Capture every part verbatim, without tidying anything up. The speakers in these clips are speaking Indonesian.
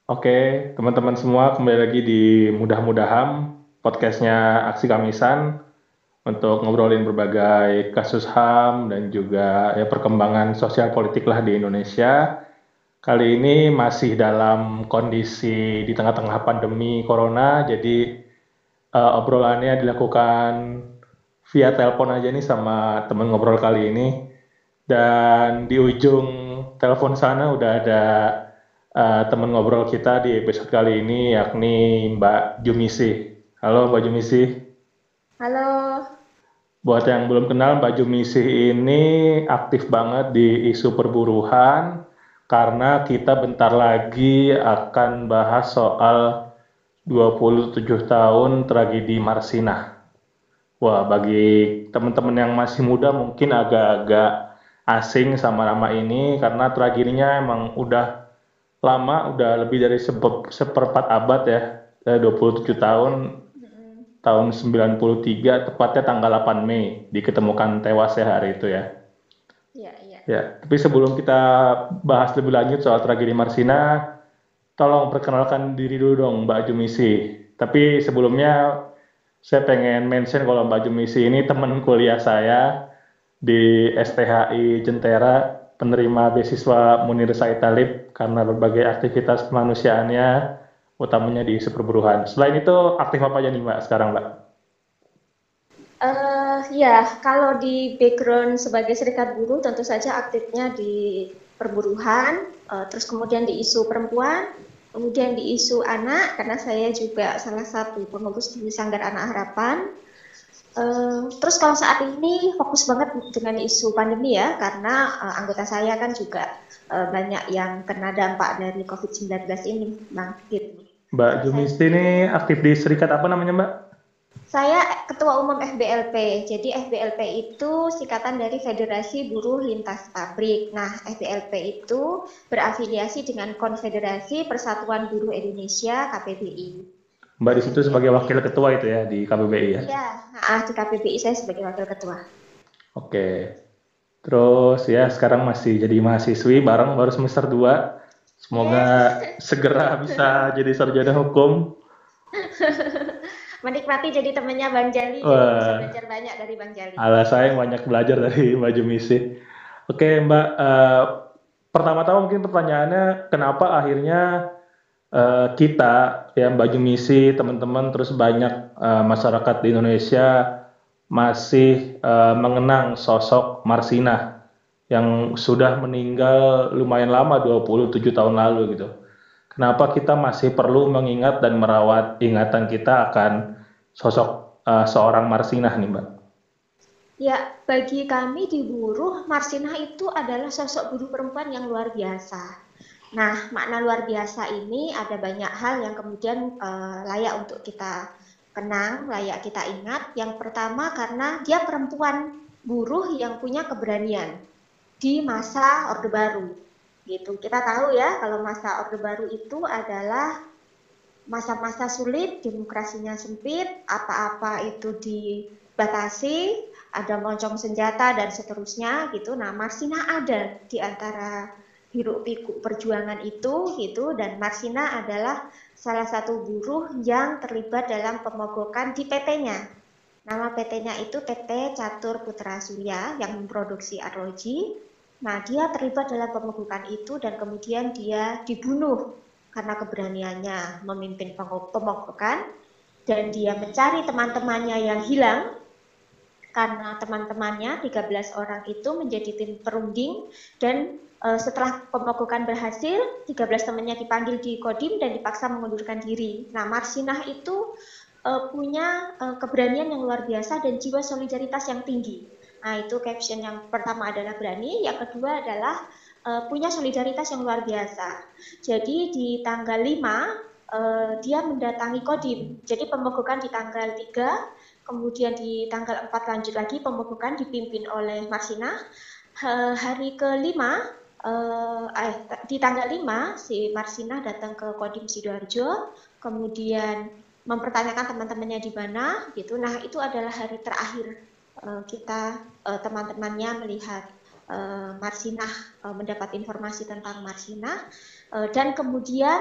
Oke, teman-teman semua kembali lagi di Mudah-Mudaham, podcastnya Aksi Kamisan untuk ngobrolin berbagai kasus H A M dan juga ya perkembangan sosial politik lah di Indonesia. Kali ini masih dalam kondisi di tengah-tengah pandemi Corona, jadi eh, obrolannya dilakukan via telepon aja nih sama teman ngobrol kali ini. Dan di ujung telepon sana udah ada uh, teman ngobrol kita di episode kali ini yakni Mbak Jumisi. Halo Mbak Jumisi. Halo. Buat yang belum kenal, Mbak Jumisi ini aktif banget di isu perburuhan karena kita bentar lagi akan bahas soal dua puluh tujuh tahun tragedi Marsinah. Wah, bagi teman-teman yang masih muda mungkin agak-agak asing sama nama ini karena tragedinya emang udah lama, udah lebih dari sepe- seperempat abad ya, eh, dua puluh tujuh tahun, Mm-mm. tahun sembilan puluh tiga, tepatnya tanggal delapan Mei, diketemukan tewas ya hari itu ya. Iya, iya. Ya, tapi sebelum kita bahas lebih lanjut soal tragedi Marsina, tolong perkenalkan diri dulu dong Mbak Jumisi. Tapi sebelumnya saya pengen mention kalau Mbak Jumisi ini teman kuliah saya di S T H I Jentera, penerima beasiswa Munir Said Talib karena berbagai aktivitas kemanusiaannya, utamanya di isu perburuhan. Selain itu, aktif apa aja nih Mbak sekarang Mbak? Eh, ya, kalau di background sebagai serikat buruh tentu saja aktifnya di perburuhan, eh, terus kemudian di isu perempuan, kemudian di isu anak, karena saya juga salah satu pengurus di Sanggar Anak Harapan. Eh, terus kalau saat ini fokus banget dengan isu pandemi ya, karena eh, anggota saya kan juga eh, banyak yang kena dampak dari covid sembilan belas ini, Bang. Gitu. Mbak Eh, saya Jumisi ini sendiri aktif di serikat apa namanya Mbak? Saya Ketua Umum F B L P. Jadi F B L P itu singkatan dari Federasi Buruh Lintas Pabrik. Nah, F B L P itu berafiliasi dengan Konfederasi Persatuan Buruh Indonesia K P B I. Mbak Nah, di situ sebagai F B L P wakil ketua itu ya di K B B I ya. iya, nah, di K P B I saya sebagai wakil ketua. Oke. Terus ya sekarang masih jadi mahasiswi bareng baru semester dua. Semoga Yes. segera bisa jadi sarjana hukum. Menikmati jadi temannya Bang Jali, jadi bisa Wah, belajar banyak dari Bang Jali. ala saya yang banyak belajar dari Mbak Jumisi. Oke Mbak, eh, pertama-tama mungkin pertanyaannya kenapa akhirnya eh, kita ya Mbak Jumisi, teman-teman, terus banyak eh, masyarakat di Indonesia masih eh, mengenang sosok Marsinah yang sudah meninggal lumayan lama dua puluh tujuh tahun lalu gitu. Kenapa kita masih perlu mengingat dan merawat ingatan kita akan sosok eh, seorang Marsinah nih Mbak? Ya, bagi kami di buruh, Marsinah itu adalah sosok buruh perempuan yang luar biasa. Nah, makna luar biasa ini ada banyak hal yang kemudian eh, layak untuk kita kenang, layak kita ingat. Yang pertama karena dia perempuan buruh yang punya keberanian di masa Orde Baru. Gitu. Kita tahu ya kalau masa Orde Baru itu adalah masa-masa sulit, demokrasinya sempit, apa-apa itu dibatasi, ada moncong senjata dan seterusnya gitu. Nah, Marsina ada di antara hiruk pikuk perjuangan itu gitu, dan Marsina adalah salah satu buruh yang terlibat dalam pemogokan di P T-nya. Nama P T-nya itu P T Catur Putra Surya yang memproduksi arloji. Nah, dia terlibat dalam pemogokan itu dan kemudian dia dibunuh karena keberaniannya memimpin pemogokan, dan dia mencari teman-temannya yang hilang karena teman-temannya tiga belas orang itu menjadi tim perunding, dan e, setelah pemogokan berhasil tiga belas temannya dipanggil di Kodim dan dipaksa mengundurkan diri. Nah, Marsinah itu e, punya e, keberanian yang luar biasa dan jiwa solidaritas yang tinggi. Nah, itu caption yang pertama adalah berani, yang kedua adalah uh, punya solidaritas yang luar biasa. Jadi di tanggal lima uh, dia mendatangi Kodim. Jadi pemogokan di tanggal tiga, kemudian di tanggal empat lanjut lagi pemogokan dipimpin oleh Marsina. Uh, hari kelima uh, eh, di tanggal lima si Marsina datang ke Kodim Sidoarjo, kemudian mempertanyakan teman-temannya di mana gitu. Nah, itu adalah hari terakhir uh, kita uh, teman-temannya melihat uh, Marsinah, uh, mendapat informasi tentang Marsinah, uh, dan kemudian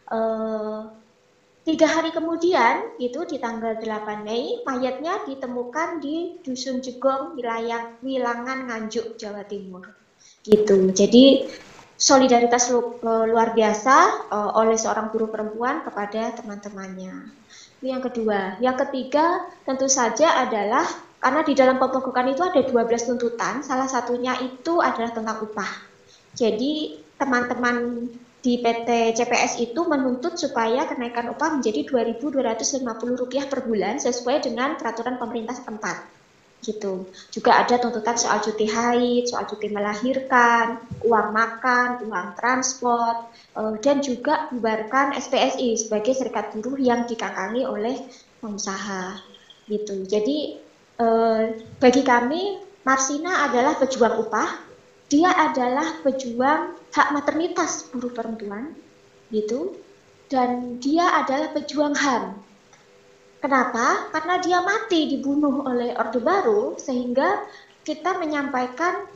eh, tiga hari kemudian, itu di tanggal delapan Mei, mayatnya ditemukan di Dusun Jegong, wilayah Wilangan, Nganjuk, Jawa Timur. Gitu. Jadi solidaritas lu, uh, luar biasa uh, oleh seorang guru perempuan kepada teman-temannya. Itu yang kedua. Yang ketiga tentu saja adalah karena di dalam pemogokan itu ada dua belas tuntutan, salah satunya itu adalah tentang upah. Jadi teman-teman di P T C P S itu menuntut supaya kenaikan upah menjadi dua ribu dua ratus lima puluh rupiah per bulan sesuai dengan peraturan pemerintah setempat. Gitu. Juga ada tuntutan soal cuti haid, soal cuti melahirkan, uang makan, uang transport, dan juga bubarkan S P S I sebagai serikat buruh yang dikakangi oleh pengusaha. Gitu. Jadi bagi kami Marsina adalah pejuang upah, dia adalah pejuang hak maternitas buruh perempuan, gitu, dan dia adalah pejuang H A M. Kenapa? Karena dia mati dibunuh oleh Orde Baru, sehingga kita menyampaikan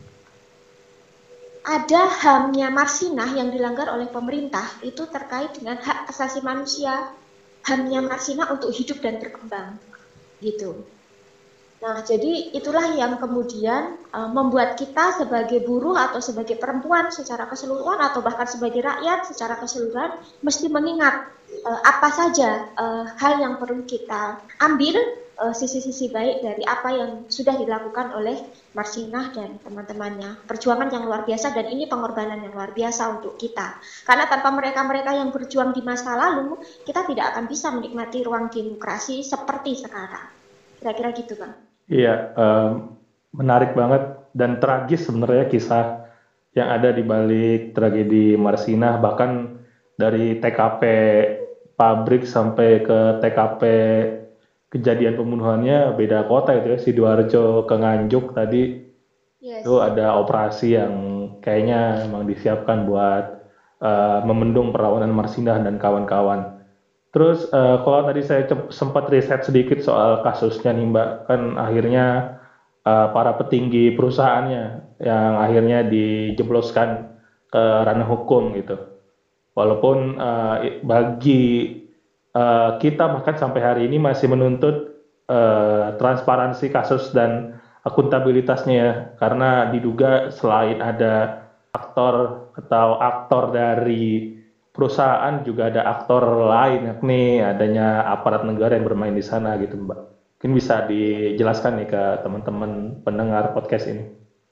ada H A M-nya Marsinah yang dilanggar oleh pemerintah, itu terkait dengan hak asasi manusia, H A M-nya Marsinah untuk hidup dan berkembang, gitu. Nah, jadi itulah yang kemudian uh, membuat kita sebagai buruh atau sebagai perempuan secara keseluruhan atau bahkan sebagai rakyat secara keseluruhan mesti mengingat uh, apa saja uh, hal yang perlu kita ambil uh, sisi-sisi baik dari apa yang sudah dilakukan oleh Marsinah dan teman-temannya. Perjuangan yang luar biasa dan ini pengorbanan yang luar biasa untuk kita. Karena tanpa mereka-mereka yang berjuang di masa lalu, kita tidak akan bisa menikmati ruang demokrasi seperti sekarang. Kira-kira gitu, Bang. Iya, um, menarik banget dan tragis sebenarnya kisah yang ada di balik tragedi Marsinah, bahkan dari T K P pabrik sampai ke T K P kejadian pembunuhannya beda kota itu ya, Sidoarjo ke Nganjuk tadi. Yes. Itu ada operasi yang kayaknya memang disiapkan buat uh, memendung perlawanan Marsinah dan kawan-kawan. Terus uh, kalau tadi saya sempat riset sedikit soal kasusnya nih Mbak, kan akhirnya uh, para petinggi perusahaannya yang akhirnya dijebloskan ke ranah hukum gitu. Walaupun uh, bagi uh, kita bahkan sampai hari ini masih menuntut uh, transparansi kasus dan akuntabilitasnya ya, karena diduga selain ada aktor atau aktor dari perusahaan juga ada aktor lain, yakni adanya aparat negara yang bermain di sana gitu Mbak. Mungkin bisa dijelaskan nih ke teman-teman pendengar podcast ini.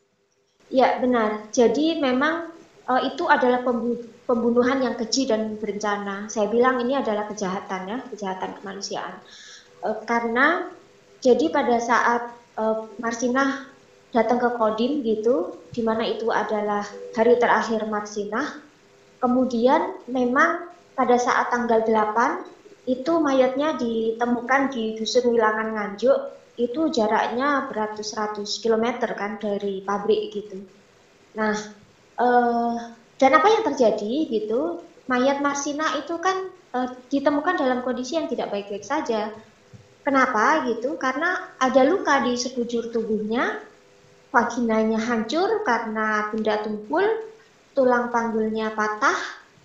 Ya benar, jadi memang uh, itu adalah pembunuhan yang keji dan berencana. Saya bilang ini adalah kejahatan ya, kejahatan kemanusiaan. Uh, karena jadi pada saat uh, Marsinah datang ke Kodim gitu, di mana itu adalah hari terakhir Marsinah. Kemudian memang pada saat tanggal delapan itu mayatnya ditemukan di Dusun Wilangan Nganjuk, itu jaraknya beratus-ratus kilometer kan dari pabrik gitu. Nah, eh, dan apa yang terjadi gitu, mayat Marsinah itu kan eh, ditemukan dalam kondisi yang tidak baik-baik saja. Kenapa gitu? Karena ada luka di sekujur tubuhnya, vaginanya hancur karena benda tumpul, tulang panggulnya patah,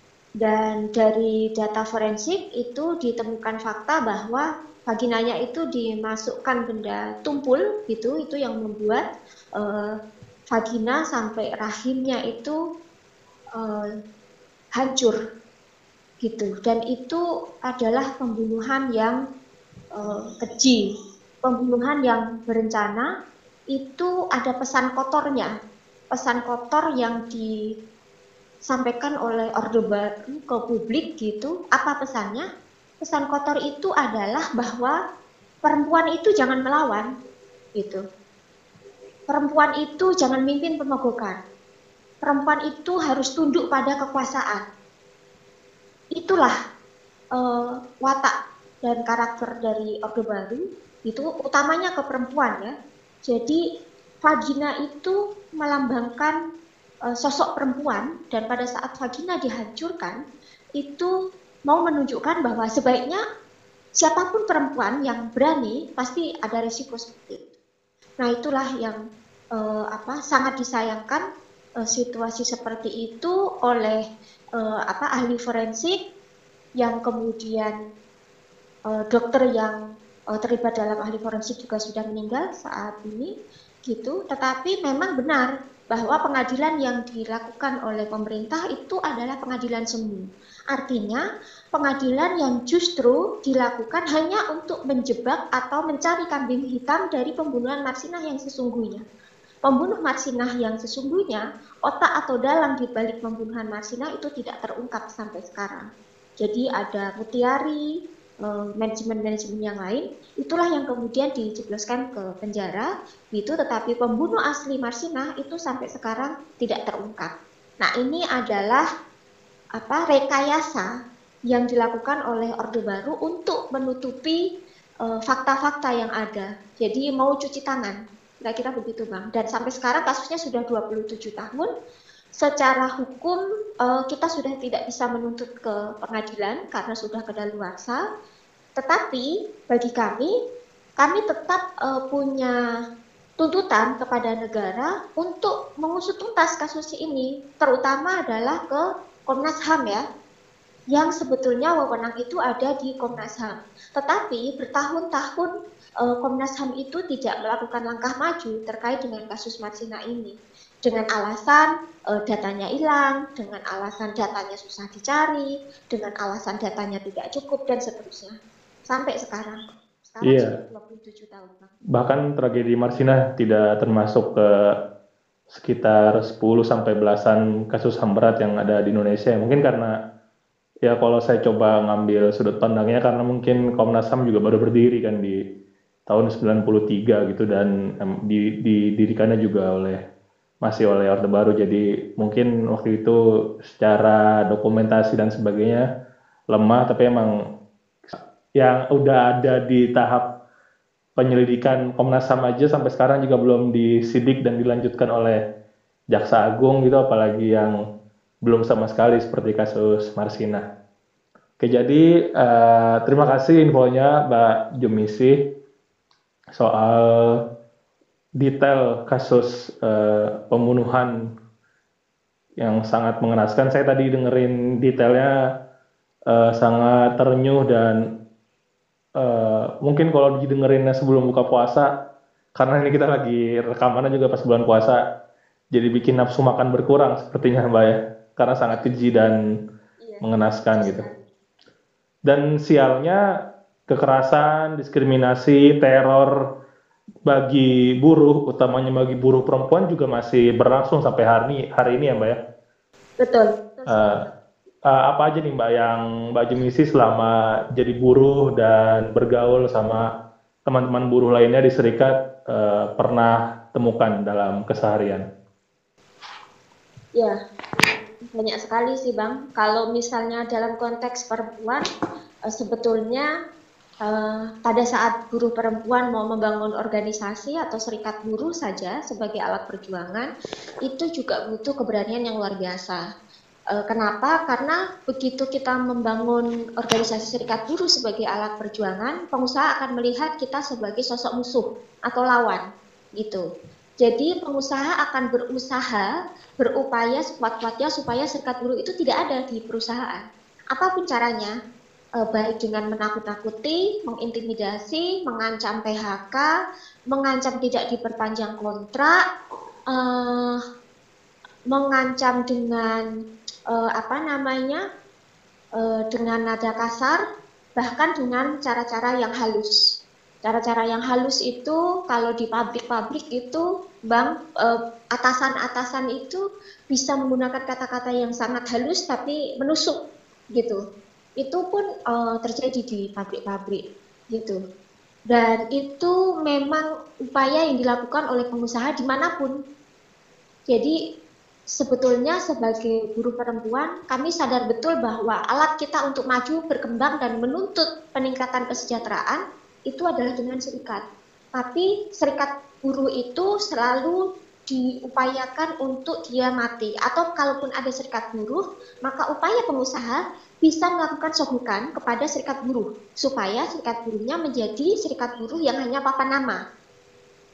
dan dari data forensik itu ditemukan fakta bahwa vaginanya itu dimasukkan benda tumpul gitu, itu yang membuat uh, vagina sampai rahimnya itu uh, hancur gitu, dan itu adalah pembunuhan yang uh, keji, pembunuhan yang berencana. Itu ada pesan kotornya, pesan kotor yang di sampaikan oleh Orde Baru ke publik gitu. Apa pesannya? Pesan kotor itu adalah bahwa perempuan itu jangan melawan gitu. Perempuan itu jangan mimpin pemogokan. Perempuan itu harus tunduk pada kekuasaan. Itulah uh, watak dan karakter dari Orde Baru, itu utamanya ke perempuan ya. Jadi vagina itu melambangkan sosok perempuan, dan pada saat vagina dihancurkan itu mau menunjukkan bahwa sebaiknya siapapun perempuan yang berani pasti ada risiko seperti itu. Nah itulah yang eh, apa sangat disayangkan eh, situasi seperti itu oleh eh, apa ahli forensik yang kemudian uh, dokter yang uh, terlibat dalam ahli forensik juga sudah meninggal saat ini gitu. Tetapi memang benar bahwa pengadilan yang dilakukan oleh pemerintah itu adalah pengadilan semu. Artinya pengadilan yang justru dilakukan hanya untuk menjebak atau mencari kambing hitam dari pembunuhan Marsinah yang sesungguhnya. Pembunuh Marsinah yang sesungguhnya, otak atau dalang di balik pembunuhan Marsinah itu tidak terungkap sampai sekarang. Jadi ada Mutiari, manajemen-manajemen yang lain, itulah yang kemudian dijebloskan ke penjara, gitu. Tetapi pembunuh asli Marsinah itu sampai sekarang tidak terungkap. Nah, ini adalah apa rekayasa yang dilakukan oleh Orde Baru untuk menutupi uh, fakta-fakta yang ada. Jadi mau cuci tangan, kira-kira begitu Bang. Dan sampai sekarang kasusnya sudah dua puluh tujuh tahun. Secara hukum uh, kita sudah tidak bisa menuntut ke pengadilan karena sudah kedaluarsa. Tetapi bagi kami, kami tetap uh, punya tuntutan kepada negara untuk mengusut tuntas kasus ini, terutama adalah ke Komnas H A M ya, yang sebetulnya wewenang itu ada di Komnas H A M. Tetapi bertahun-tahun eh, Komnas H A M itu tidak melakukan langkah maju terkait dengan kasus Marsinah ini. Dengan alasan eh, datanya hilang, dengan alasan datanya susah dicari, dengan alasan datanya tidak cukup, dan seterusnya. Sampai sekarang. Sekarang iya. sudah dua puluh tujuh tahun. Bang. Bahkan tragedi Marsinah tidak termasuk ke sekitar sepuluh sampai belasan kasus H A M berat yang ada di Indonesia. Mungkin karena ya kalau saya coba ngambil sudut pandangnya karena mungkin Komnas H A M juga baru berdiri kan di tahun sembilan puluh tiga gitu, dan um, di, didirikannya juga oleh masih oleh Orde Baru. Jadi mungkin waktu itu secara dokumentasi dan sebagainya lemah, tapi emang yang udah ada di tahap penyelidikan Komnas H A M aja sampai sekarang juga belum disidik dan dilanjutkan oleh Jaksa Agung gitu, apalagi yang belum sama sekali seperti kasus Marsinah. Oke, jadi uh, terima kasih infonya Mbak Jumisi soal detail kasus uh, pembunuhan yang sangat mengenaskan. Saya tadi dengerin detailnya uh, sangat terenyuh, dan Uh, mungkin kalau didengerinnya sebelum buka puasa, karena ini kita lagi rekamannya juga pas bulan puasa, jadi bikin nafsu makan berkurang sepertinya Mbak ya, karena sangat keji dan iya, mengenaskan gitu. Dan sialnya kekerasan, diskriminasi, teror bagi buruh, utamanya bagi buruh perempuan juga masih berlangsung sampai hari ini, hari ini ya Mbak ya. Betul. Uh, Uh, apa aja nih Mbak yang Mbak Jumisi selama jadi buruh dan bergaul sama teman-teman buruh lainnya di serikat uh, pernah temukan dalam keseharian? Ya, banyak sekali sih Bang. Kalau misalnya dalam konteks perempuan, uh, sebetulnya uh, pada saat buruh perempuan mau membangun organisasi atau serikat buruh saja sebagai alat perjuangan, itu juga butuh keberanian yang luar biasa. Kenapa? Karena begitu kita membangun organisasi serikat buruh sebagai alat perjuangan, pengusaha akan melihat kita sebagai sosok musuh atau lawan, gitu. Jadi pengusaha akan berusaha, berupaya sekuat-kuatnya supaya serikat buruh itu tidak ada di perusahaan. Apapun caranya, baik dengan menakut-nakuti, mengintimidasi, mengancam P H K, mengancam tidak diperpanjang kontrak, eh, mengancam dengan Uh, apa namanya uh, dengan nada kasar, bahkan dengan cara-cara yang halus. Cara-cara yang halus itu kalau di pabrik-pabrik itu, Bang, uh, atasan-atasan itu bisa menggunakan kata-kata yang sangat halus tapi menusuk, gitu. Itu pun uh, terjadi di pabrik-pabrik, gitu. Dan itu memang upaya yang dilakukan oleh pengusaha dimanapun. Jadi sebetulnya sebagai buruh perempuan, kami sadar betul bahwa alat kita untuk maju, berkembang, dan menuntut peningkatan kesejahteraan itu adalah dengan serikat. Tapi serikat buruh itu selalu diupayakan untuk dia mati. Atau kalaupun ada serikat buruh, maka upaya pengusaha bisa melakukan sogokan kepada serikat buruh, supaya serikat buruhnya menjadi serikat buruh yang hanya papan nama.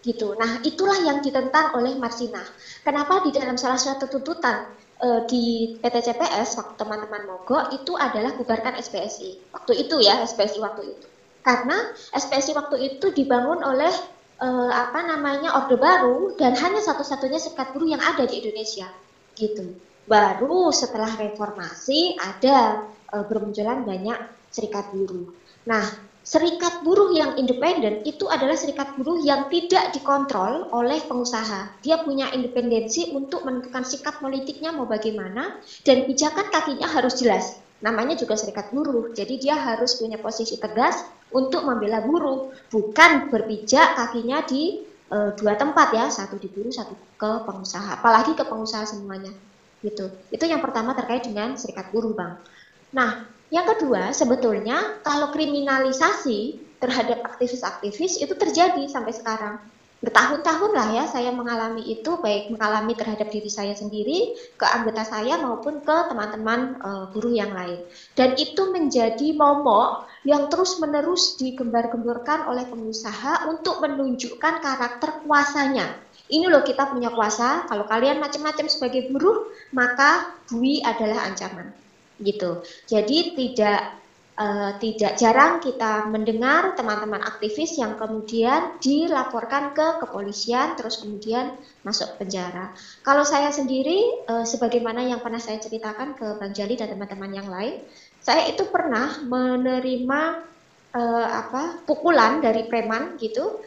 gitu. Nah, itulah yang ditentang oleh Marsinah. Kenapa di dalam salah satu tuntutan e, di P T C P S waktu teman-teman mogok itu adalah bubarkan S P S I. Waktu itu ya, S P S I waktu itu. Karena S P S I waktu itu dibangun oleh e, apa namanya Orde Baru dan hanya satu-satunya serikat buruh yang ada di Indonesia. Gitu. Baru setelah reformasi ada e, bermunculan banyak serikat buruh. Nah, serikat buruh yang independen itu adalah serikat buruh yang tidak dikontrol oleh pengusaha. Dia punya independensi untuk menentukan sikap politiknya mau bagaimana dan pijakan kakinya harus jelas. Namanya juga serikat buruh, jadi dia harus punya posisi tegas untuk membela buruh, bukan berpijak kakinya di e, dua tempat ya, satu di buruh, satu ke pengusaha, apalagi ke pengusaha semuanya. Gitu. Itu yang pertama terkait dengan serikat buruh, Bang. Nah, yang kedua, sebetulnya kalau kriminalisasi terhadap aktivis-aktivis itu terjadi sampai sekarang. Bertahun-tahun lah ya saya mengalami itu, baik mengalami terhadap diri saya sendiri, ke anggota saya maupun ke teman-teman e, buruh yang lain. Dan itu menjadi momok yang terus-menerus digembar-gemborkan oleh pengusaha untuk menunjukkan karakter kuasanya. Ini loh kita punya kuasa, kalau kalian macam-macam sebagai buruh, maka bui adalah ancaman. Gitu. Jadi tidak uh, tidak jarang kita mendengar teman-teman aktivis yang kemudian dilaporkan ke kepolisian terus kemudian masuk penjara. Kalau saya sendiri uh, sebagaimana yang pernah saya ceritakan ke Bang Jali dan teman-teman yang lain, saya itu pernah menerima uh, apa pukulan dari preman gitu.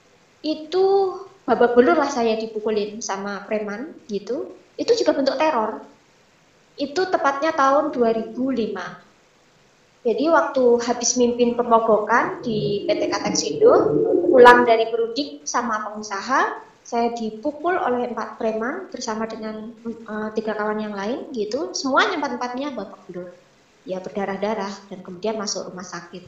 Itu babak belur lah saya dipukulin sama preman gitu. Itu juga bentuk teror. Itu tepatnya tahun dua ribu lima. Jadi waktu habis mimpin pemogokan di P T Kateksindo, pulang dari Perudik sama pengusaha, saya dipukul oleh empat preman bersama dengan uh, tiga kawan yang lain gitu. Semuanya empat-empatnya babak belur. Ya berdarah-darah dan kemudian masuk rumah sakit.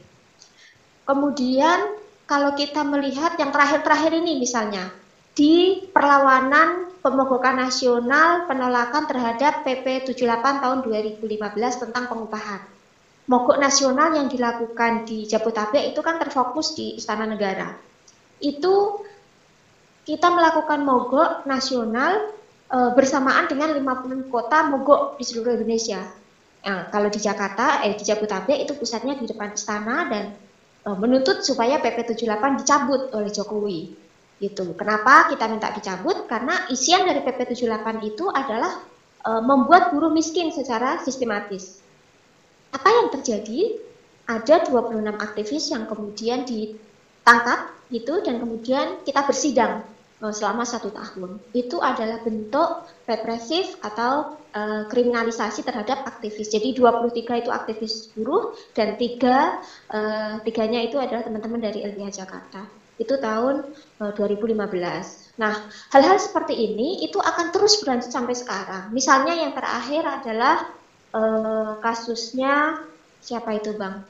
Kemudian kalau kita melihat yang terakhir-terakhir ini misalnya, di perlawanan pemogokan nasional penolakan terhadap P P tujuh puluh delapan tahun dua ribu lima belas tentang pengupahan. Mogok nasional yang dilakukan di Jabodetabek itu kan terfokus di Istana Negara. Itu kita melakukan mogok nasional e, bersamaan dengan lima puluh kota mogok di seluruh Indonesia. Nah, kalau di Jakarta, eh di Jabodetabek itu pusatnya di depan istana dan e, menuntut supaya P P tujuh puluh delapan dicabut oleh Jokowi. Gitu. Kenapa kita minta dicabut? Karena isian dari P P tujuh puluh delapan itu adalah e, membuat buruh miskin secara sistematis. Apa yang terjadi? Ada dua puluh enam aktivis yang kemudian ditangkap gitu dan kemudian kita bersidang e, selama satu tahun. Itu adalah bentuk represif atau e, kriminalisasi terhadap aktivis. Jadi dua puluh tiga itu aktivis buruh dan tiga e, tiganya itu adalah teman-teman dari L B H Jakarta. Itu tahun uh, dua ribu lima belas. Nah, hal-hal seperti ini itu akan terus berlanjut sampai sekarang. Misalnya yang terakhir adalah uh, kasusnya siapa itu Bang?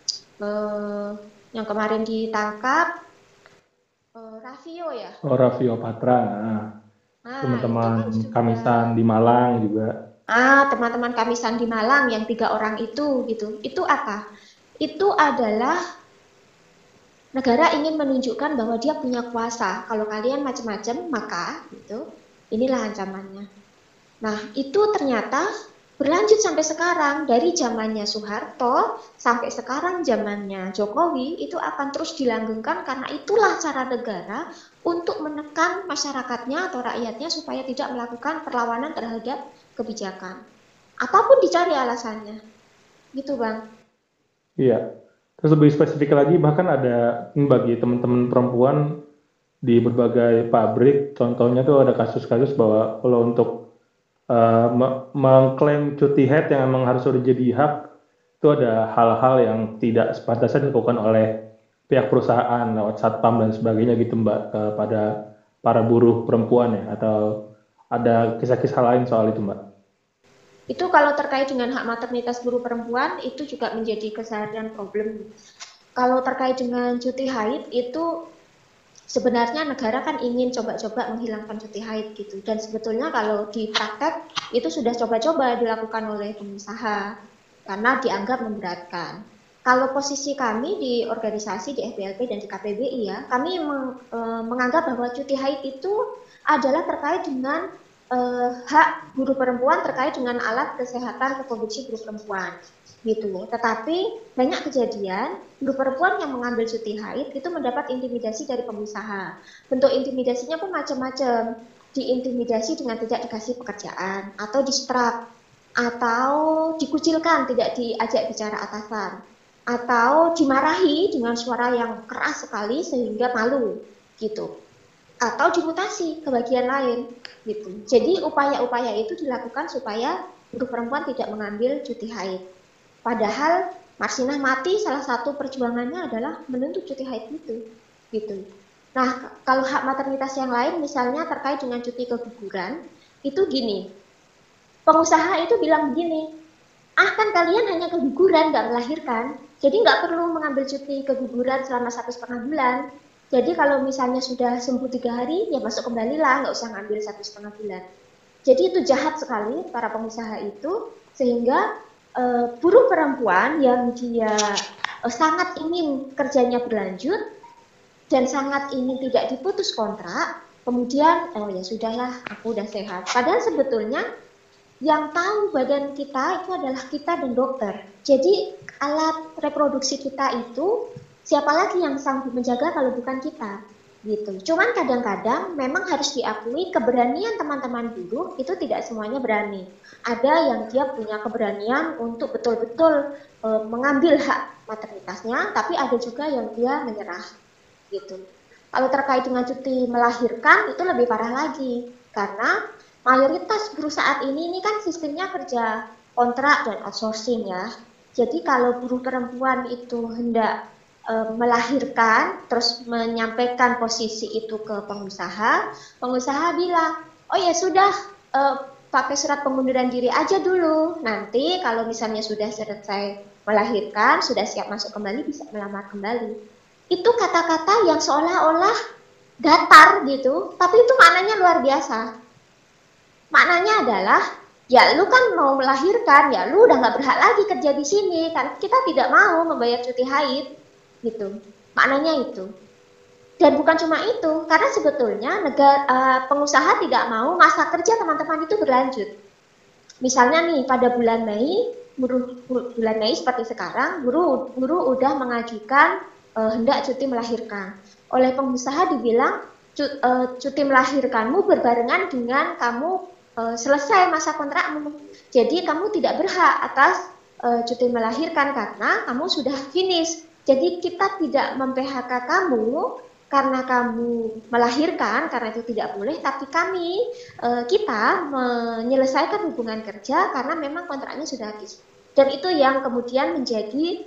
Uh, yang kemarin ditangkap uh, Raffio ya? Oh, Raffio Patra. Nah, teman-teman kan Kamisan di Malang juga. Ah, teman-teman Kamisan di Malang yang tiga orang itu gitu. Itu apa? Itu adalah negara ingin menunjukkan bahwa dia punya kuasa. Kalau kalian macam-macam, maka gitu, inilah ancamannya. Nah, itu ternyata berlanjut sampai sekarang. Dari zamannya Soeharto sampai sekarang zamannya Jokowi, itu akan terus dilanggengkan karena itulah cara negara untuk menekan masyarakatnya atau rakyatnya supaya tidak melakukan perlawanan terhadap kebijakan. Apapun dicari alasannya. Gitu, Bang. Iya. Terus lebih spesifik lagi, bahkan ada bagi teman-teman perempuan di berbagai pabrik, contohnya tuh ada kasus-kasus bahwa kalau untuk uh, mengklaim cuti haid yang memang harus sudah jadi hak, itu ada hal-hal yang tidak sepantasnya dilakukan oleh pihak perusahaan lewat satpam dan sebagainya gitu Mbak, kepada para buruh perempuan ya, atau ada kisah-kisah lain soal itu Mbak? Itu kalau terkait dengan hak maternitas buruh perempuan itu juga menjadi keseharian problem. Kalau terkait dengan cuti haid itu sebenarnya negara kan ingin coba-coba menghilangkan cuti haid gitu. Dan sebetulnya kalau di praktek itu sudah coba-coba dilakukan oleh pengusaha karena dianggap memberatkan. kalau posisi kami di organisasi, di F B L P dan di K P B I ya, kami meng, e, menganggap bahwa cuti haid itu adalah terkait dengan e, hak guru perempuan terkait dengan alat kesehatan reproduksi guru perempuan gitu. Tetapi banyak kejadian guru perempuan yang mengambil cuti haid itu mendapat intimidasi dari pengusaha. Bentuk intimidasinya pun macam-macam. Diintimidasi dengan tidak dikasih pekerjaan atau distrap atau dikucilkan, tidak diajak bicara atasan atau dimarahi dengan suara yang keras sekali sehingga malu gitu, atau dimutasi ke bagian lain gitu. Jadi upaya-upaya itu dilakukan supaya guru perempuan tidak mengambil cuti haid. Padahal Marsinah Mati salah satu perjuangannya adalah menuntut cuti haid itu gitu. Nah, kalau hak maternitas yang lain misalnya terkait dengan cuti keguguran, itu gini, pengusaha itu bilang begini, ah kan kalian hanya keguguran, nggak melahirkan, jadi nggak perlu mengambil cuti keguguran selama satu setengah bulan. Jadi kalau misalnya sudah sembuh tiga hari, ya masuk kembali lah, nggak usah ngambil satu setengah bulan. Jadi itu jahat sekali para pengusaha itu, sehingga uh, buruh perempuan yang dia uh, sangat ingin kerjanya berlanjut, dan sangat ingin tidak diputus kontrak, kemudian oh ya sudahlah aku udah sehat. Padahal sebetulnya yang tahu badan kita itu adalah kita dan dokter. Jadi alat reproduksi kita itu siapa lagi yang sanggup menjaga kalau bukan kita gitu. Cuman kadang-kadang memang harus diakui keberanian teman-teman buruh itu tidak semuanya berani. Ada yang dia punya keberanian untuk betul-betul e, mengambil hak maternitasnya, tapi ada juga yang dia menyerah. Gitu. Kalau terkait dengan cuti melahirkan itu lebih parah lagi karena mayoritas buruh saat ini ini kan sistemnya kerja kontrak dan outsourcing ya. Jadi kalau buruh perempuan itu hendak e, melahirkan terus menyampaikan posisi itu ke pengusaha, pengusaha bilang, "Oh ya sudah e, pakai surat pengunduran diri aja dulu. Nanti kalau misalnya sudah selesai melahirkan, sudah siap masuk kembali bisa melamar kembali." Itu kata-kata yang seolah-olah datar gitu, tapi itu maknanya luar biasa. Maknanya adalah, ya lu kan mau melahirkan, ya lu udah gak berhak lagi kerja di sini, kan kita tidak mau membayar cuti haid, gitu. Maknanya itu. Dan bukan cuma itu, karena sebetulnya negara, uh, pengusaha tidak mau masa kerja teman-teman itu berlanjut. Misalnya nih, pada bulan Mei, buruh, bulan Mei seperti sekarang, buruh, buruh udah mengajukan Uh, hendak cuti melahirkan. Oleh pengusaha dibilang uh, cuti melahirkanmu berbarengan dengan kamu uh, selesai masa kontrakmu. Jadi kamu tidak berhak atas uh, cuti melahirkan karena kamu sudah finish. Jadi kita tidak mem-P H K kamu karena kamu melahirkan, karena itu tidak boleh, tapi kami uh, kita menyelesaikan hubungan kerja karena memang kontraknya sudah habis. Dan itu yang kemudian menjadi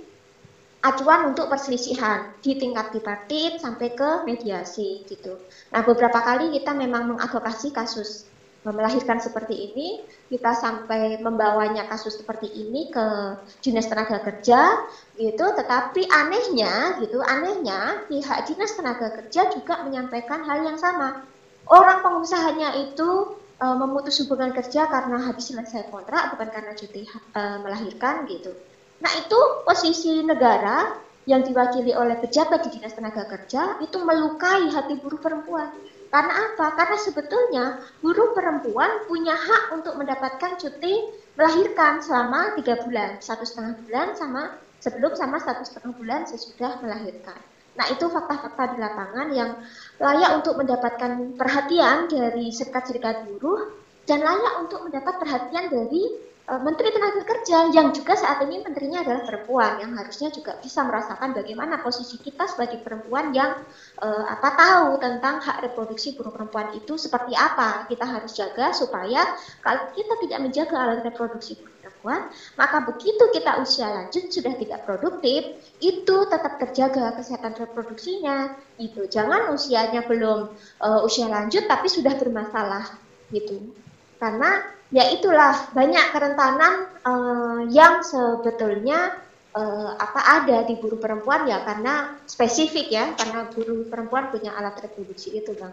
acuan untuk perselisihan di tingkat tripartit sampai ke mediasi gitu. Nah, beberapa kali kita memang mengadvokasi kasus melahirkan seperti ini, kita sampai membawanya kasus seperti ini ke Dinas Tenaga Kerja gitu, tetapi anehnya gitu, anehnya pihak Dinas Tenaga Kerja juga menyampaikan hal yang sama. Orang pengusahanya itu e, memutus hubungan kerja karena habis selesai kontrak, bukan karena cuti e, melahirkan gitu. Nah itu posisi negara yang diwakili oleh pejabat di Dinas Tenaga Kerja itu melukai hati buruh perempuan. Karena apa? Karena sebetulnya buruh perempuan punya hak untuk mendapatkan cuti melahirkan selama tiga bulan, satu setengah bulan sama sebelum sama satu setengah bulan sesudah melahirkan. Nah itu fakta-fakta di lapangan yang layak untuk mendapatkan perhatian dari serikat-serikat buruh dan layak untuk mendapat perhatian dari Menteri Tenaga Kerja yang juga saat ini menterinya adalah perempuan yang harusnya juga bisa merasakan bagaimana posisi kita sebagai perempuan yang uh, apa tahu tentang hak reproduksi buruh perempuan itu seperti apa. Kita harus jaga supaya kalau kita tidak menjaga alat reproduksi buruh perempuan, maka begitu kita usia lanjut sudah tidak produktif, itu tetap terjaga kesehatan reproduksinya. Itu jangan usianya belum uh, usia lanjut tapi sudah bermasalah gitu. Karena ya itulah banyak kerentanan uh, yang sebetulnya uh, apa ada di buruh perempuan ya karena spesifik ya karena buruh perempuan punya alat reproduksi itu Bang.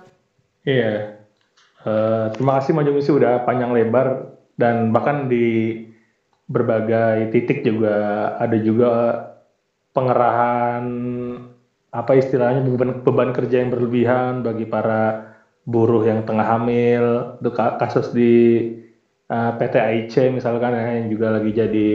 Iya, uh, terima kasih Mbak Jungisi udah panjang lebar dan bahkan di berbagai titik juga ada juga pengerahan apa istilahnya beban, beban kerja yang berlebihan bagi para buruh yang tengah hamil. Itu kasus di uh, P T A I C misalkan ya, yang juga lagi jadi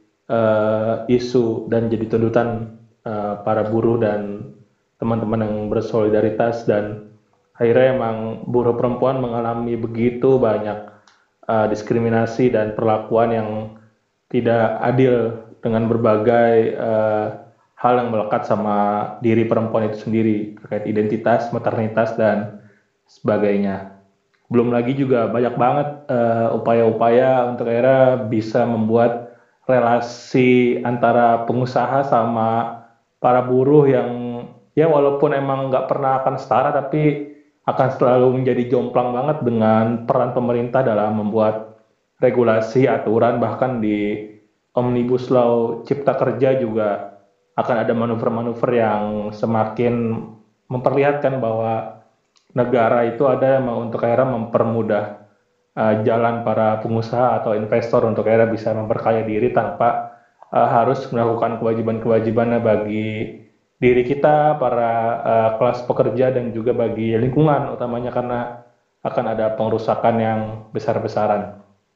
uh, isu dan jadi tuntutan uh, para buruh dan teman-teman yang bersolidaritas, dan akhirnya emang buruh perempuan mengalami begitu banyak uh, diskriminasi dan perlakuan yang tidak adil dengan berbagai uh, hal yang melekat sama diri perempuan itu sendiri terkait identitas, maternitas dan sebagainya. Belum lagi juga banyak banget uh, upaya-upaya untuk akhirnya bisa membuat relasi antara pengusaha sama para buruh yang ya walaupun emang nggak pernah akan setara, tapi akan selalu menjadi jomplang banget dengan peran pemerintah dalam membuat regulasi, aturan, bahkan di Omnibus Law Cipta Kerja juga akan ada manuver-manuver yang semakin memperlihatkan bahwa negara itu ada emang untuk akhirnya mempermudah uh, jalan para pengusaha atau investor untuk akhirnya bisa memperkaya diri tanpa uh, harus melakukan kewajiban-kewajibannya bagi diri kita, para uh, kelas pekerja, dan juga bagi lingkungan utamanya, karena akan ada pengerusakan yang besar-besaran.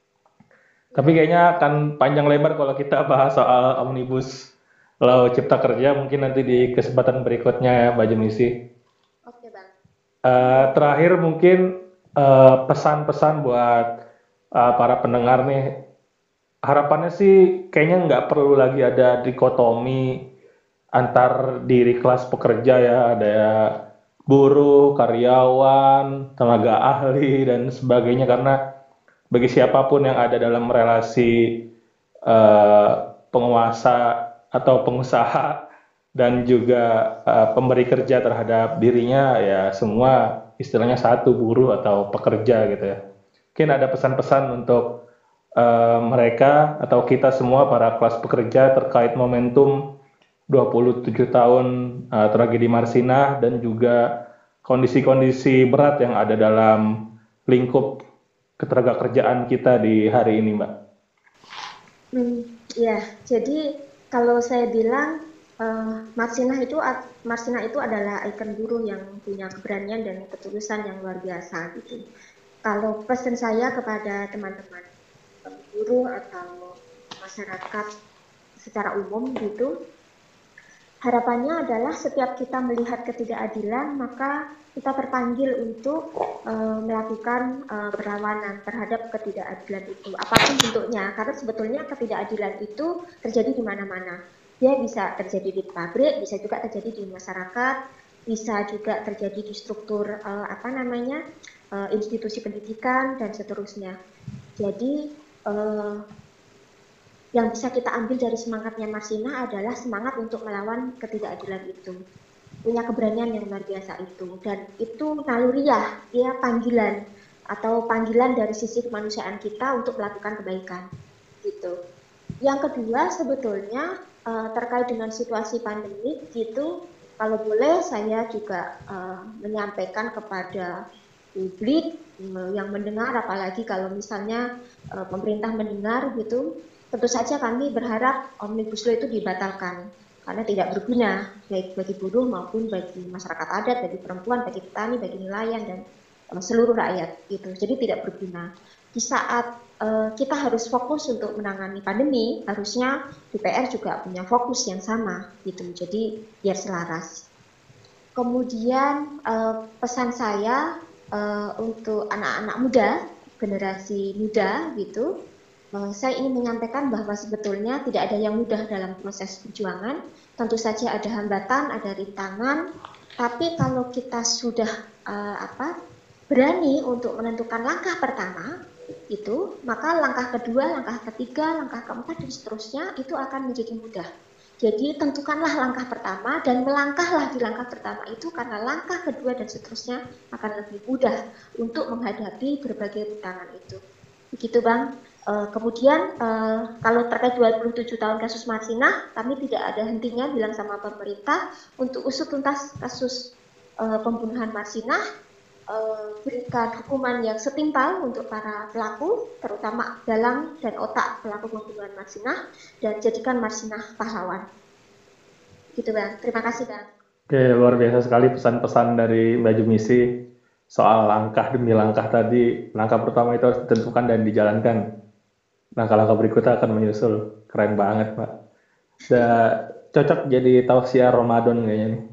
Tapi kayaknya akan panjang lebar kalau kita bahas soal Omnibus Law Cipta Kerja, mungkin nanti di kesempatan berikutnya ya, Mbak Jemisi. Oke, Bang. Uh, terakhir mungkin uh, pesan-pesan buat uh, para pendengar nih. Harapannya sih kayaknya nggak perlu lagi ada dikotomi antar diri kelas pekerja ya, ada buruh, karyawan, tenaga ahli, dan sebagainya, karena bagi siapapun yang ada dalam relasi uh, penguasa atau pengusaha dan juga uh, pemberi kerja terhadap dirinya, ya semua istilahnya satu, buruh atau pekerja gitu ya. Mungkin ada pesan-pesan untuk uh, mereka atau kita semua para kelas pekerja terkait momentum dua puluh tujuh tahun uh, tragedi Marsinah dan juga kondisi-kondisi berat yang ada dalam lingkup ketenagakerjaan kita di hari ini, Mbak. Hmm, ya, jadi kalau saya bilang uh, Marsinah itu Marsinah itu adalah ikon buruh yang punya keberanian dan ketulusan yang luar biasa gitu. Kalau pesan saya kepada teman-teman buruh atau masyarakat secara umum gitu, harapannya adalah setiap kita melihat ketidakadilan, maka kita terpanggil untuk uh, melakukan uh, perlawanan terhadap ketidakadilan itu, apapun bentuknya. Karena sebetulnya ketidakadilan itu terjadi di mana-mana. Dia bisa terjadi di pabrik, bisa juga terjadi di masyarakat, bisa juga terjadi di struktur uh, apa namanya uh, institusi pendidikan dan seterusnya. Jadi uh, yang bisa kita ambil dari semangatnya Marsinah adalah semangat untuk melawan ketidakadilan itu. Punya keberanian yang luar biasa itu. Dan itu naluriah, dia panggilan atau panggilan dari sisi kemanusiaan kita untuk melakukan kebaikan. Gitu. Yang kedua sebetulnya uh, terkait dengan situasi pandemi gitu, kalau boleh saya juga uh, menyampaikan kepada publik uh, yang mendengar, apalagi kalau misalnya uh, pemerintah mendengar gitu, tentu saja kami berharap Omnibus Law itu dibatalkan karena tidak berguna baik bagi buruh maupun bagi masyarakat adat, bagi perempuan, bagi petani, bagi nelayan dan uh, seluruh rakyat gitu. Jadi tidak berguna. Di saat uh, kita harus fokus untuk menangani pandemi, harusnya D P R juga punya fokus yang sama gitu. Jadi biar selaras. Kemudian uh, pesan saya uh, untuk anak-anak muda, generasi muda gitu. Saya ingin menyampaikan bahwa sebetulnya tidak ada yang mudah dalam proses perjuangan. Tentu saja ada hambatan, ada rintangan. Tapi kalau kita sudah uh, apa, berani untuk menentukan langkah pertama, itu maka langkah kedua, langkah ketiga, langkah keempat dan seterusnya itu akan menjadi mudah. Jadi tentukanlah langkah pertama dan melangkahlah di langkah pertama itu, karena langkah kedua dan seterusnya akan lebih mudah untuk menghadapi berbagai rintangan itu. Begitu, Bang. Uh, kemudian uh, kalau terkait dua puluh tujuh tahun kasus Marsinah, kami tidak ada hentinya bilang sama pemerintah untuk usut tuntas kasus uh, pembunuhan Marsinah, uh, berikan hukuman yang setimpal untuk para pelaku, terutama dalang dan otak pelaku pembunuhan Marsinah, dan jadikan Marsinah pahlawan. Gitu Bang. Terima kasih Bang. Oke, luar biasa sekali pesan-pesan dari Mbak Jumisi soal langkah demi langkah tadi. Langkah pertama itu harus ditentukan dan dijalankan. Langkah-langkah berikutnya akan menyusul. Keren banget, Mbak. Udah cocok jadi tausiah Ramadan kayaknya nih.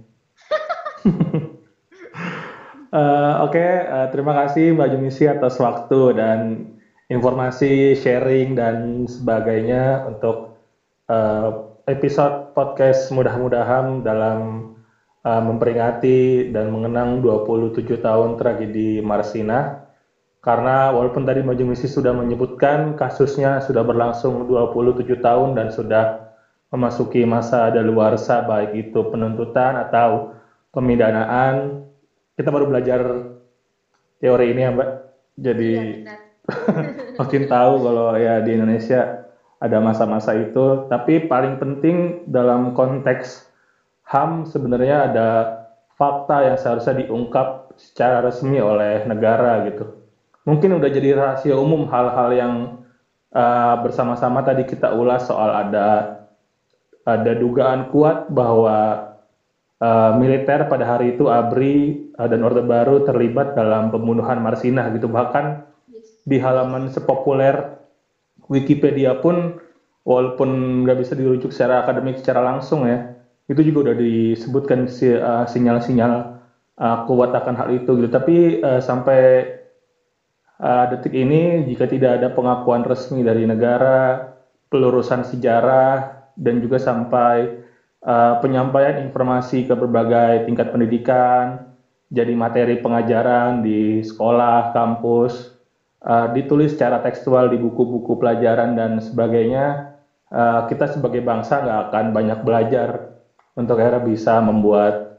Eh, Oke, eh, terima kasih Mbak Jumisi atas waktu dan informasi, sharing, dan sebagainya untuk eh, episode podcast mudah-mudahan dalam eh, memperingati dan mengenang dua puluh tujuh tahun tragedi Marsina. Karena walaupun tadi Mbak Jumisi sudah menyebutkan kasusnya sudah berlangsung dua puluh tujuh tahun dan sudah memasuki masa daluarsa baik itu penuntutan atau pemidanaan, kita baru belajar teori ini ya Mbak. Jadi Iya, makin tahu kalau ya di Indonesia ada masa-masa itu. Tapi paling penting dalam konteks H A M sebenarnya ada fakta yang seharusnya diungkap secara resmi oleh negara gitu. Mungkin udah jadi rahasia umum hal-hal yang uh, bersama-sama tadi kita ulas soal ada ada dugaan kuat bahwa uh, militer pada hari itu ABRI uh, dan Orde Baru terlibat dalam pembunuhan Marsinah gitu. Bahkan di halaman sepopuler Wikipedia pun walaupun nggak bisa dirujuk secara akademik secara langsung ya, itu juga udah disebutkan si, uh, sinyal-sinyal uh, kuat akan hal itu gitu. Tapi uh, sampai uh, detik ini jika tidak ada pengakuan resmi dari negara, pelurusan sejarah dan juga sampai uh, penyampaian informasi ke berbagai tingkat pendidikan, jadi materi pengajaran di sekolah, kampus, uh, ditulis secara tekstual di buku-buku pelajaran dan sebagainya, uh, kita sebagai bangsa nggak akan banyak belajar untuk akhirnya bisa membuat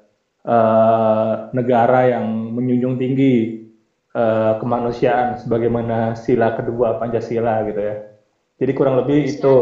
uh, negara yang menjunjung tinggi uh, kemanusiaan sebagaimana sila kedua Pancasila gitu ya. Jadi kurang lebih itu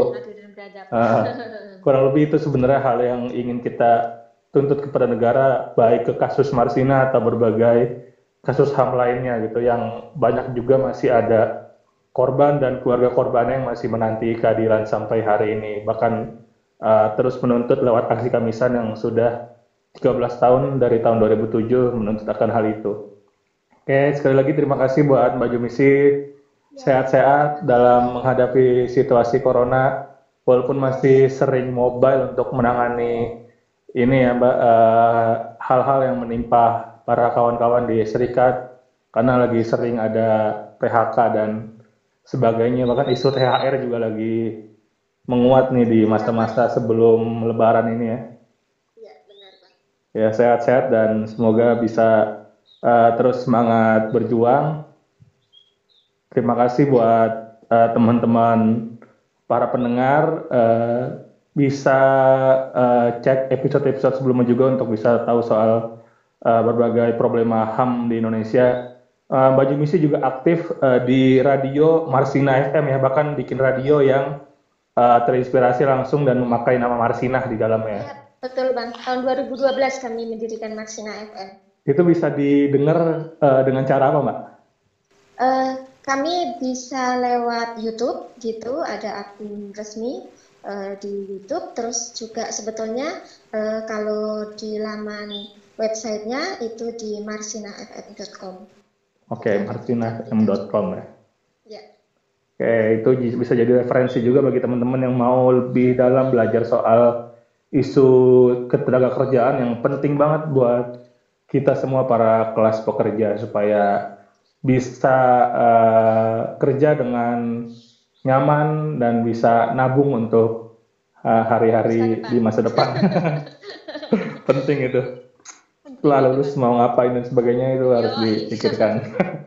uh, kurang lebih itu sebenarnya hal yang ingin kita tuntut kepada negara, baik ke kasus Marsina atau berbagai kasus H A M lainnya gitu, yang banyak juga masih ada korban dan keluarga korbannya yang masih menanti keadilan sampai hari ini. Bahkan uh, terus menuntut lewat aksi Kamisan yang sudah tiga belas tahun dari tahun dua ribu tujuh menuntut akan hal itu. Oke, sekali lagi terima kasih buat Mbak Jumisi. Sehat-sehat dalam menghadapi situasi corona, walaupun masih sering mobile untuk menangani ini ya Mbak, eh, hal-hal yang menimpa para kawan-kawan di Serikat, karena lagi sering ada P H K dan sebagainya, bahkan isu T H R juga lagi menguat nih di masa-masa sebelum Lebaran ini ya. Iya, benar Bang. Ya, sehat-sehat dan semoga bisa uh, terus semangat berjuang. Terima kasih buat uh, teman-teman para pendengar, uh, bisa uh, cek episode-episode sebelumnya juga untuk bisa tahu soal uh, berbagai problema H A M di Indonesia. Uh, Mbak Jumisi juga aktif uh, di radio Marsina F M ya, bahkan bikin radio yang uh, terinspirasi langsung dan memakai nama Marsinah di dalamnya. Ya, betul Bang. Tahun dua ribu dua belas kami mendirikan Marsina F M. Itu bisa didengar uh, dengan cara apa Mbak? Uh, kami bisa lewat YouTube gitu, ada akun resmi uh, di YouTube. Terus juga sebetulnya uh, kalau di laman websitenya itu di marsina f m dot com. Oke, okay, marsina f m dot com ya. Ya. Oke, okay, itu bisa jadi referensi juga bagi teman-teman yang mau lebih dalam belajar soal isu ketenaga kerjaan yang penting banget buat kita semua para kelas pekerja supaya bisa uh, kerja dengan nyaman dan bisa nabung untuk uh, hari-hari di masa depan. Penting itu. Setelah lulus mau ngapain dan sebagainya itu harus dipikirkan.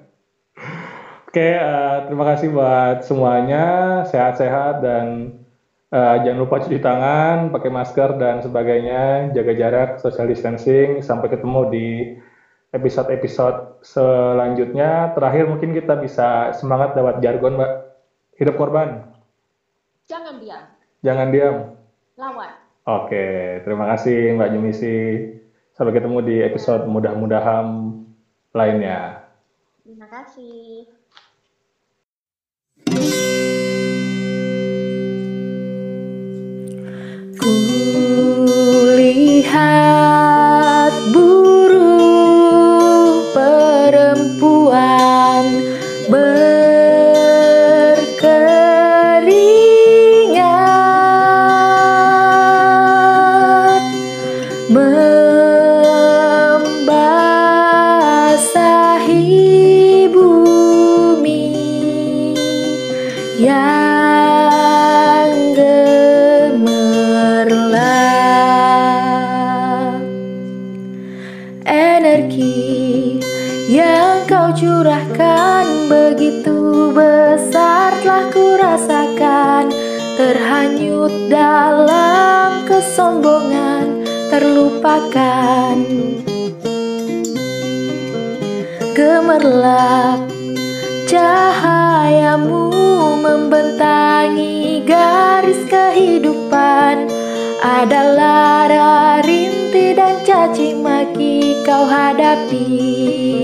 Oke, okay, uh, terima kasih buat semuanya. Sehat-sehat dan uh, jangan lupa cuci tangan, pakai masker dan sebagainya, jaga jarak, social distancing. Sampai ketemu di episode-episode selanjutnya. Terakhir mungkin kita bisa semangat lewat jargon, Mbak. Hidup korban. Jangan diam. Jangan diam. Lawan. Oke, terima kasih Mbak Jumisi. Sampai ketemu di episode mudah-mudahan lainnya. Terima kasih. Kulihat terhanyut dalam kesombongan, terlupakan. Gemerlap cahayamu membentangi garis kehidupan, ada lara, rintih dan caci maki kau hadapi.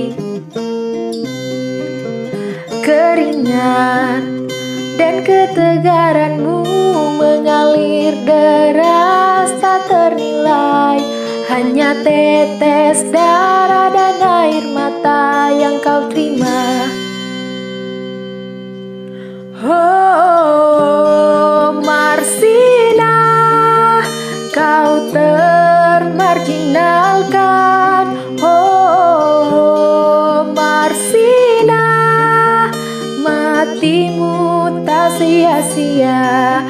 Keringat dan ketegaranmu mengalir deras tak ternilai, hanya tetes darah dan air mata yang kau terima. Oh Marsina, kau termarginalkan. Oh Marsina, matimu tak sia-sia.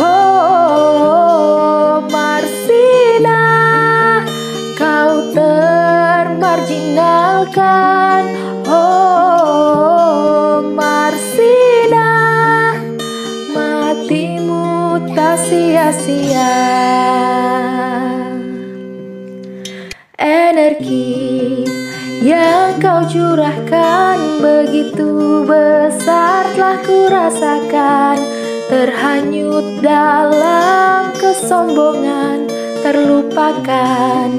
Oh Marsina, kau termarginalkan. Oh Marsina, matimu tak sia-sia. Energi yang kau curahkan begitu besar telah ku rasakan, terhanyut dalam kesombongan, terlupakan.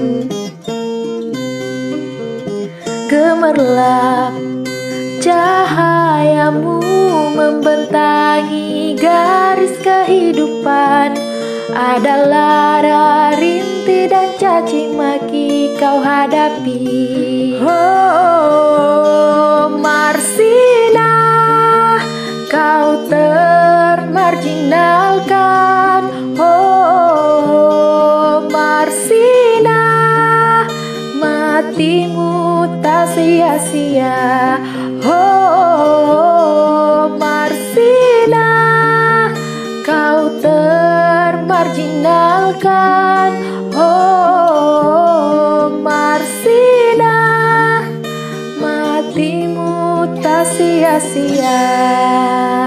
Gemerlap cahayamu membentangi garis kehidupan, ada lara, rintih dan caci maki kau hadapi. Oh Marsina, kau termarginalkan. Oh Marsina, matimu tak sia-sia. Oh Marsina, kau termarginalkan. Oh Marsina, matimu tak sia-sia.